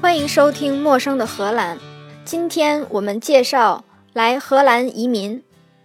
欢迎收听陌生的荷兰。今天我们介绍来荷兰移民。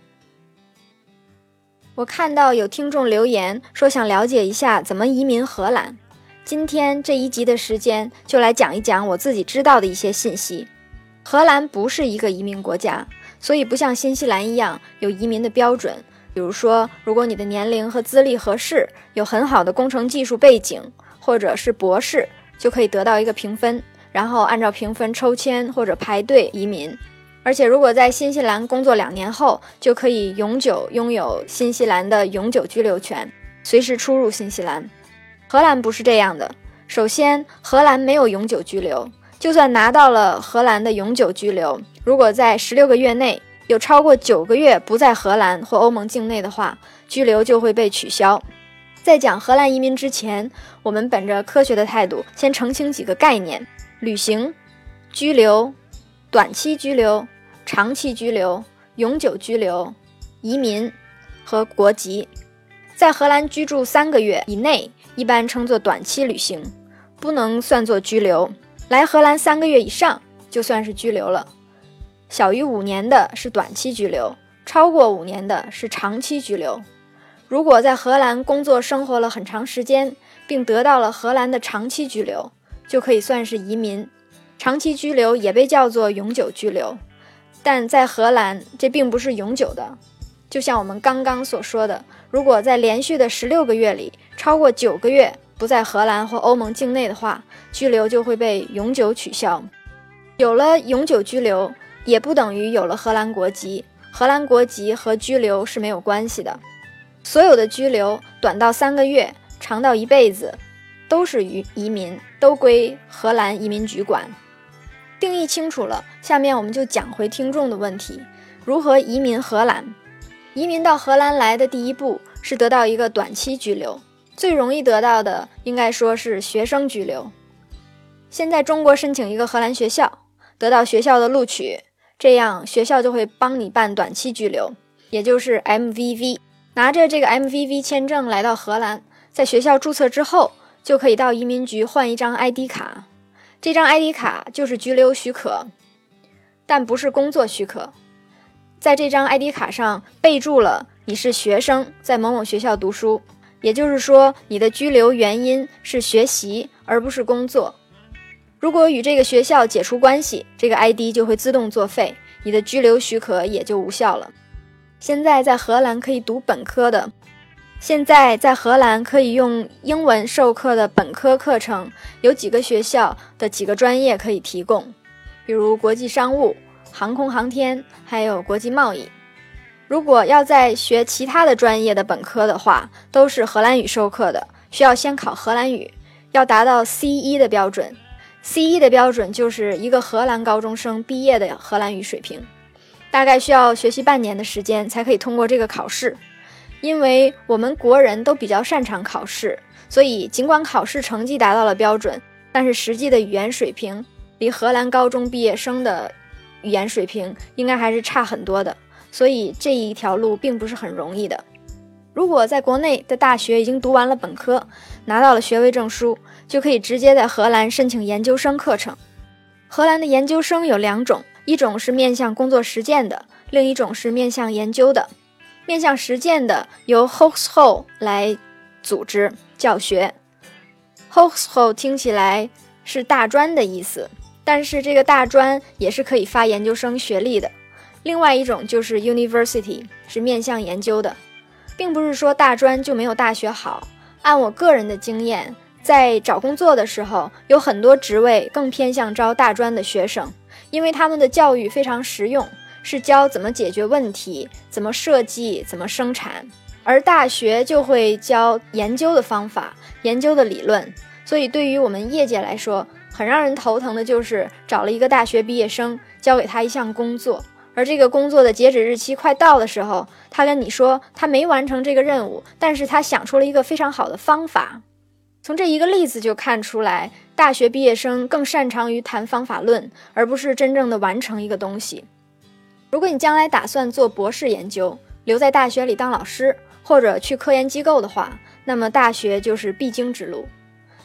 我看到有听众留言说想了解一下怎么移民荷兰。今天这一集的时间就来讲一讲我自己知道的一些信息。荷兰不是一个移民国家，所以不像新西兰一样有移民的标准。比如说，如果你的年龄和资历合适，有很好的工程技术背景，或者是博士，就可以得到一个评分，然后按照评分抽签或者排队移民。而且如果在新西兰工作2年后，就可以永久拥有新西兰的永久居留权，随时出入新西兰。荷兰不是这样的。首先，荷兰没有永久居留，就算拿到了荷兰的永久居留，如果在16个月内有超过9个月不在荷兰或欧盟境内的话，居留就会被取消。在讲荷兰移民之前，我们本着科学的态度，先澄清几个概念：旅行、居留、短期居留、长期居留、永久居留、移民和国籍。在荷兰居住3个月以内，一般称作短期旅行，不能算作居留。来荷兰3个月以上就算是居留了。小于5年的是短期居留，超过5年的是长期居留。如果在荷兰工作生活了很长时间，并得到了荷兰的长期居留，就可以算是移民。长期居留也被叫做永久居留，但在荷兰这并不是永久的。就像我们刚刚所说的，如果在连续的16个月里超过9个月不在荷兰或欧盟境内的话，居留就会被永久取消。有了永久居留也不等于有了荷兰国籍，荷兰国籍和居留是没有关系的。所有的居留，短到3个月，长到1辈子，都是移民，都归荷兰移民局管。定义清楚了，下面我们就讲回听众的问题：如何移民荷兰？移民到荷兰来的第一步是得到一个短期居留，最容易得到的应该说是学生居留。先在中国申请一个荷兰学校，得到学校的录取，这样学校就会帮你办短期居留，也就是 MVV。 拿着这个 MVV 签证来到荷兰，在学校注册之后，就可以到移民局换一张 ID 卡。这张 ID 卡就是居留许可，但不是工作许可。在这张 ID 卡上备注了你是学生，在某某学校读书，也就是说你的居留原因是学习而不是工作。如果与这个学校解除关系，这个 ID 就会自动作废，你的居留许可也就无效了。现在在荷兰可以读本科的，现在在荷兰可以用英文授课的本科课程，有几个学校的几个专业可以提供，比如国际商务、航空航天，还有国际贸易。如果要再学其他的专业的本科的话，都是荷兰语授课的，需要先考荷兰语，要达到 C1 的标准。C1 的标准就是一个荷兰高中生毕业的荷兰语水平，大概需要学习半年的时间才可以通过这个考试。因为我们国人都比较擅长考试，所以尽管考试成绩达到了标准，但是实际的语言水平离荷兰高中毕业生的语言水平应该还是差很多的，所以这一条路并不是很容易的。如果在国内的大学已经读完了本科，拿到了学位证书，就可以直接在荷兰申请研究生课程。荷兰的研究生有2种，一种是面向工作实践的，另一种是面向研究的。面向实践的由 Hogeschool 来组织教学。Hogeschool 听起来是大专的意思，但是这个大专也是可以发研究生学历的。另外一种就是 University， 是面向研究的。并不是说大专就没有大学好，按我个人的经验，在找工作的时候，有很多职位更偏向招大专的学生，因为他们的教育非常实用，是教怎么解决问题，怎么设计，怎么生产。而大学就会教研究的方法，研究的理论。所以对于我们业界来说，很让人头疼的就是找了一个大学毕业生，交给他一项工作，而这个工作的截止日期快到的时候，他跟你说他没完成这个任务，但是他想出了一个非常好的方法。从这一个例子就看出来，大学毕业生更擅长于谈方法论，而不是真正的完成一个东西。如果你将来打算做博士研究，留在大学里当老师，或者去科研机构的话，那么大学就是必经之路。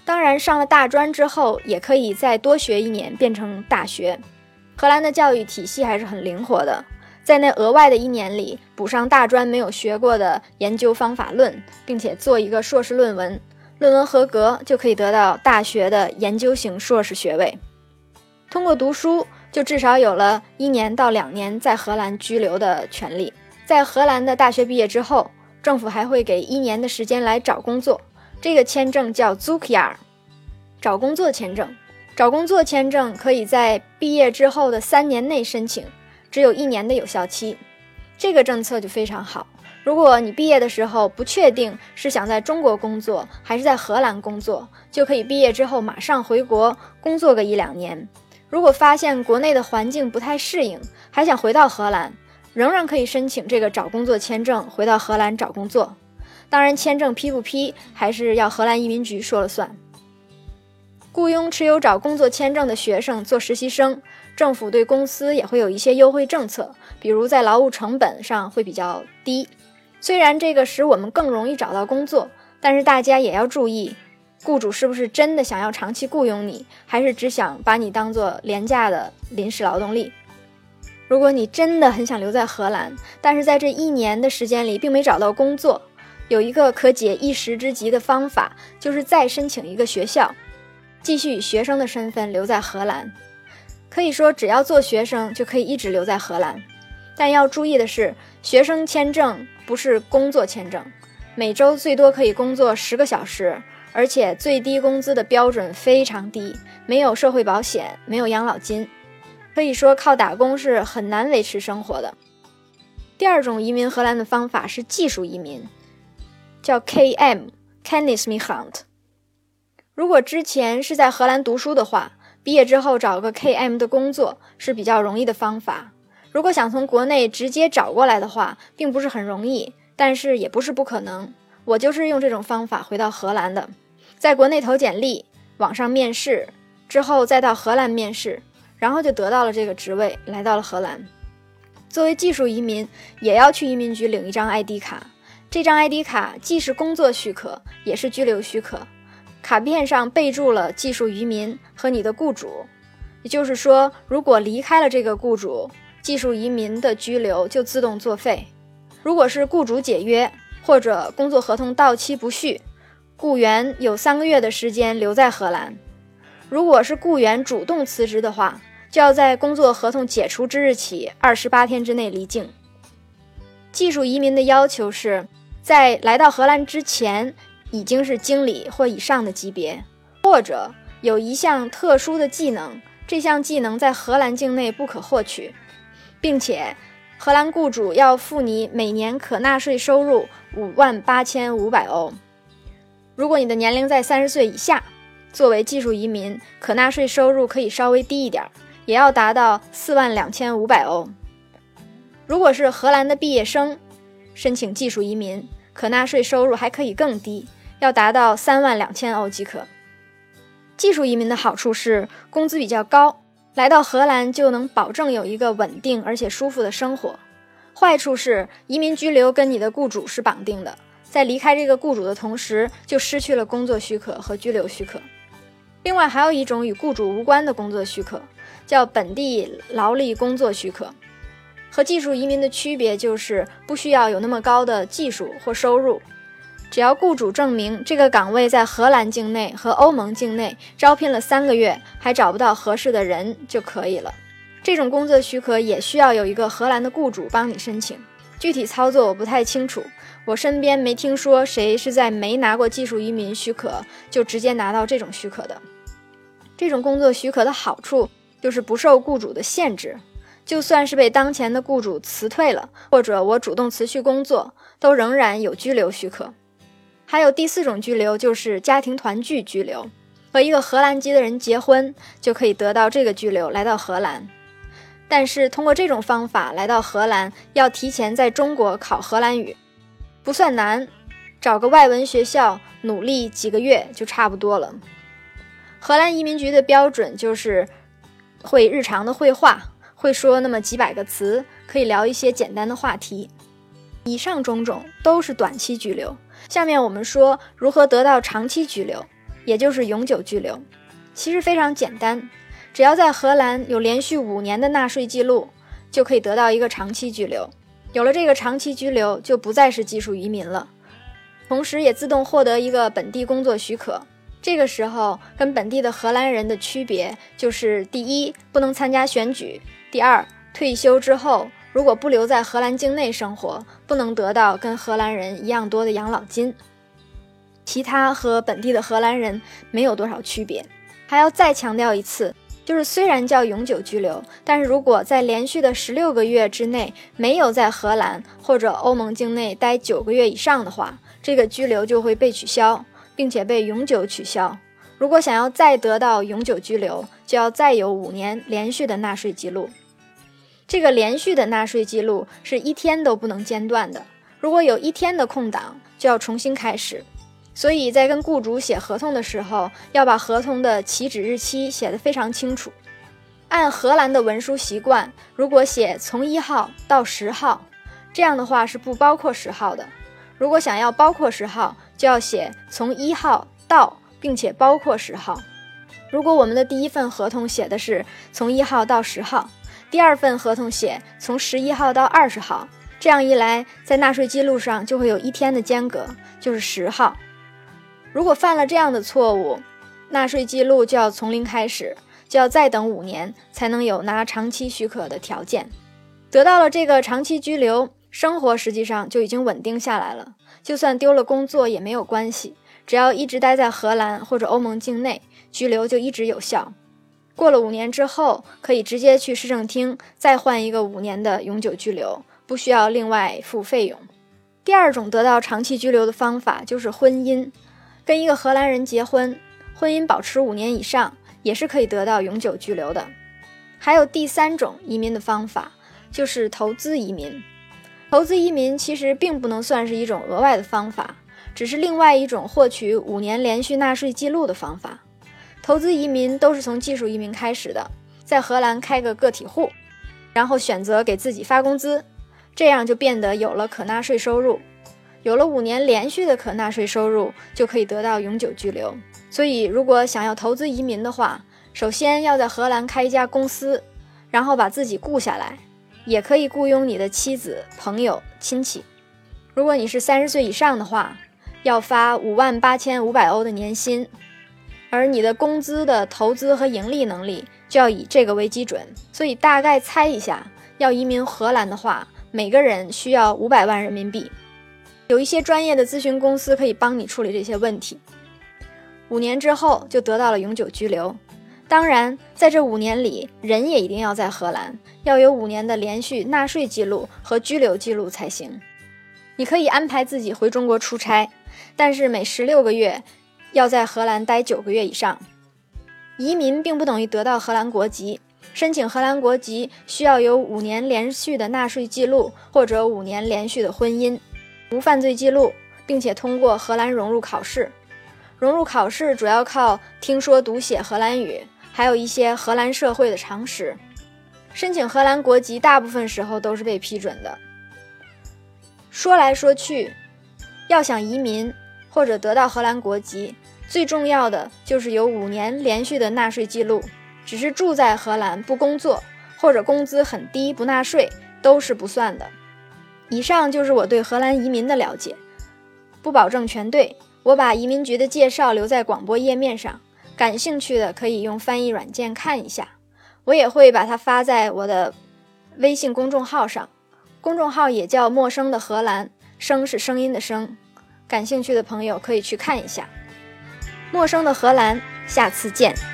当然，上了大专之后也可以再多学1年变成大学。荷兰的教育体系还是很灵活的，在那额外的1年里补上大专没有学过的研究方法论，并且做一个硕士论文，论文合格就可以得到大学的研究型硕士学位。通过读书就至少有了1年到2年在荷兰居留的权利。在荷兰的大学毕业之后，政府还会给1年的时间来找工作，这个签证叫 zoekjaar， 找工作签证。找工作签证可以在毕业之后的3年内申请，只有1年的有效期。这个政策就非常好，如果你毕业的时候不确定是想在中国工作还是在荷兰工作，就可以毕业之后马上回国工作个1-2年。如果发现国内的环境不太适应，还想回到荷兰，仍然可以申请这个找工作签证回到荷兰找工作。当然签证批不批还是要荷兰移民局说了算。雇佣持有找工作签证的学生做实习生，政府对公司也会有一些优惠政策，比如在劳务成本上会比较低。虽然这个使我们更容易找到工作，但是大家也要注意，雇主是不是真的想要长期雇佣你，还是只想把你当作廉价的临时劳动力。如果你真的很想留在荷兰，但是在这1年的时间里并没找到工作，有一个可解一时之急的方法，就是再申请一个学校，继续以学生的身份留在荷兰。可以说只要做学生就可以一直留在荷兰，但要注意的是，学生签证不是工作签证，每周最多可以工作10个小时，而且最低工资的标准非常低，没有社会保险，没有养老金，可以说靠打工是很难维持生活的。第2种移民荷兰的方法是技术移民，叫 KM Kennismigrant。 如果之前是在荷兰读书的话，毕业之后找个 KM 的工作是比较容易的方法。如果想从国内直接找过来的话，并不是很容易，但是也不是不可能。我就是用这种方法回到荷兰的，在国内投简历，网上面试，之后再到荷兰面试，然后就得到了这个职位，来到了荷兰。作为技术移民，也要去移民局领一张 ID 卡，这张 ID 卡既是工作许可，也是居留许可。卡片上备注了技术移民和你的雇主，也就是说，如果离开了这个雇主，技术移民的居留就自动作废。如果是雇主解约或者工作合同到期不续，雇员有3个月的时间留在荷兰。如果是雇员主动辞职的话，就要在工作合同解除之日起28天之内离境。技术移民的要求是在来到荷兰之前已经是经理或以上的级别，或者有一项特殊的技能，这项技能在荷兰境内不可获取，并且荷兰雇主要付你每年可纳税收入58500欧。如果你的年龄在30岁以下，作为技术移民，可纳税收入可以稍微低一点，也要达到42500欧。如果是荷兰的毕业生申请技术移民，可纳税收入还可以更低，要达到32000欧即可。技术移民的好处是工资比较高，来到荷兰就能保证有一个稳定而且舒服的生活。坏处是移民居留跟你的雇主是绑定的，在离开这个雇主的同时，就失去了工作许可和居留许可。另外还有一种与雇主无关的工作许可，叫本地劳力工作许可。和技术移民的区别就是不需要有那么高的技术或收入，只要雇主证明这个岗位在荷兰境内和欧盟境内招聘了3个月还找不到合适的人就可以了。这种工作许可也需要有一个荷兰的雇主帮你申请，具体操作我不太清楚，我身边没听说谁是在没拿过技术移民许可就直接拿到这种许可的。这种工作许可的好处就是不受雇主的限制，就算是被当前的雇主辞退了，或者我主动辞去工作，都仍然有居留许可。还有第4种居留，就是家庭团聚居留，和一个荷兰籍的人结婚就可以得到这个居留，来到荷兰。但是通过这种方法来到荷兰，要提前在中国考荷兰语，不算难，找个外文学校努力几个月就差不多了。荷兰移民局的标准就是会日常的绘画，会说那么几百个词，可以聊一些简单的话题。以上种种都是短期居留，下面我们说如何得到长期居留。 也就是永久居留。其实非常简单，只要在荷兰有连续5年的纳税记录，就可以得到一个长期居留。有了这个长期居留，就不再是技术移民了，同时也自动获得一个本地工作许可。这个时候跟本地的荷兰人的区别就是：第一，不能参加选举；第二，退休之后如果不留在荷兰境内生活，不能得到跟荷兰人一样多的养老金。其他和本地的荷兰人没有多少区别。还要再强调一次，就是虽然叫永久居留，但是如果在连续的16个月之内没有在荷兰或者欧盟境内待9个月以上的话，这个居留就会被取消，并且被永久取消。如果想要再得到永久居留，就要再有5年连续的纳税记录。这个连续的纳税记录是1天都不能间断的，如果有1天的空档，就要重新开始。所以在跟雇主写合同的时候，要把合同的起止日期写得非常清楚。按荷兰的文书习惯，如果写从1号到10号，这样的话是不包括10号的。如果想要包括10号，就要写从1号到，并且包括10号。如果我们的第一份合同写的是从1号到10号，第二份合同写从11号到20号，这样一来，在纳税记录上就会有1天的间隔，就是10号。如果犯了这样的错误，纳税记录就要从零开始，就要再等5年才能有拿长期许可的条件。得到了这个长期居留，生活实际上就已经稳定下来了，就算丢了工作也没有关系，只要一直待在荷兰或者欧盟境内，居留就一直有效。过了5年之后，可以直接去市政厅再换一个5年的永久居留，不需要另外付费用。第二种得到长期居留的方法就是婚姻。跟一个荷兰人结婚，婚姻保持5年以上，也是可以得到永久居留的。还有第3种移民的方法，就是投资移民。投资移民其实并不能算是一种额外的方法，只是另外一种获取5年连续纳税记录的方法。投资移民都是从技术移民开始的，在荷兰开个个体户，然后选择给自己发工资，这样就变得有了可纳税收入。有了5年连续的可纳税收入，就可以得到永久居留。所以如果想要投资移民的话，首先要在荷兰开一家公司，然后把自己雇下来，也可以雇佣你的妻子、朋友、亲戚。如果你是30岁以上的话，要发58500欧的年薪，而你的工资的投资和盈利能力就要以这个为基准。所以大概猜一下，要移民荷兰的话，每个人需要500万人民币。有一些专业的咨询公司可以帮你处理这些问题。5年之后就得到了永久居留。当然，在这5年里，人也一定要在荷兰，要有5年的连续纳税记录和居留记录才行。你可以安排自己回中国出差，但是每16个月要在荷兰待9个月以上。移民并不等于得到荷兰国籍，申请荷兰国籍需要有5年连续的纳税记录，或者5年连续的婚姻，无犯罪记录，并且通过荷兰融入考试。融入考试主要靠听说读写荷兰语，还有一些荷兰社会的常识。申请荷兰国籍大部分时候都是被批准的。说来说去，要想移民或者得到荷兰国籍，最重要的就是有5年连续的纳税记录。只是住在荷兰不工作，或者工资很低不纳税，都是不算的。以上就是我对荷兰移民的了解，不保证全对，我把移民局的介绍留在广播页面上，感兴趣的可以用翻译软件看一下。我也会把它发在我的微信公众号上，公众号也叫陌生的荷兰，声是声音的声，感兴趣的朋友可以去看一下。陌生的荷兰，下次见。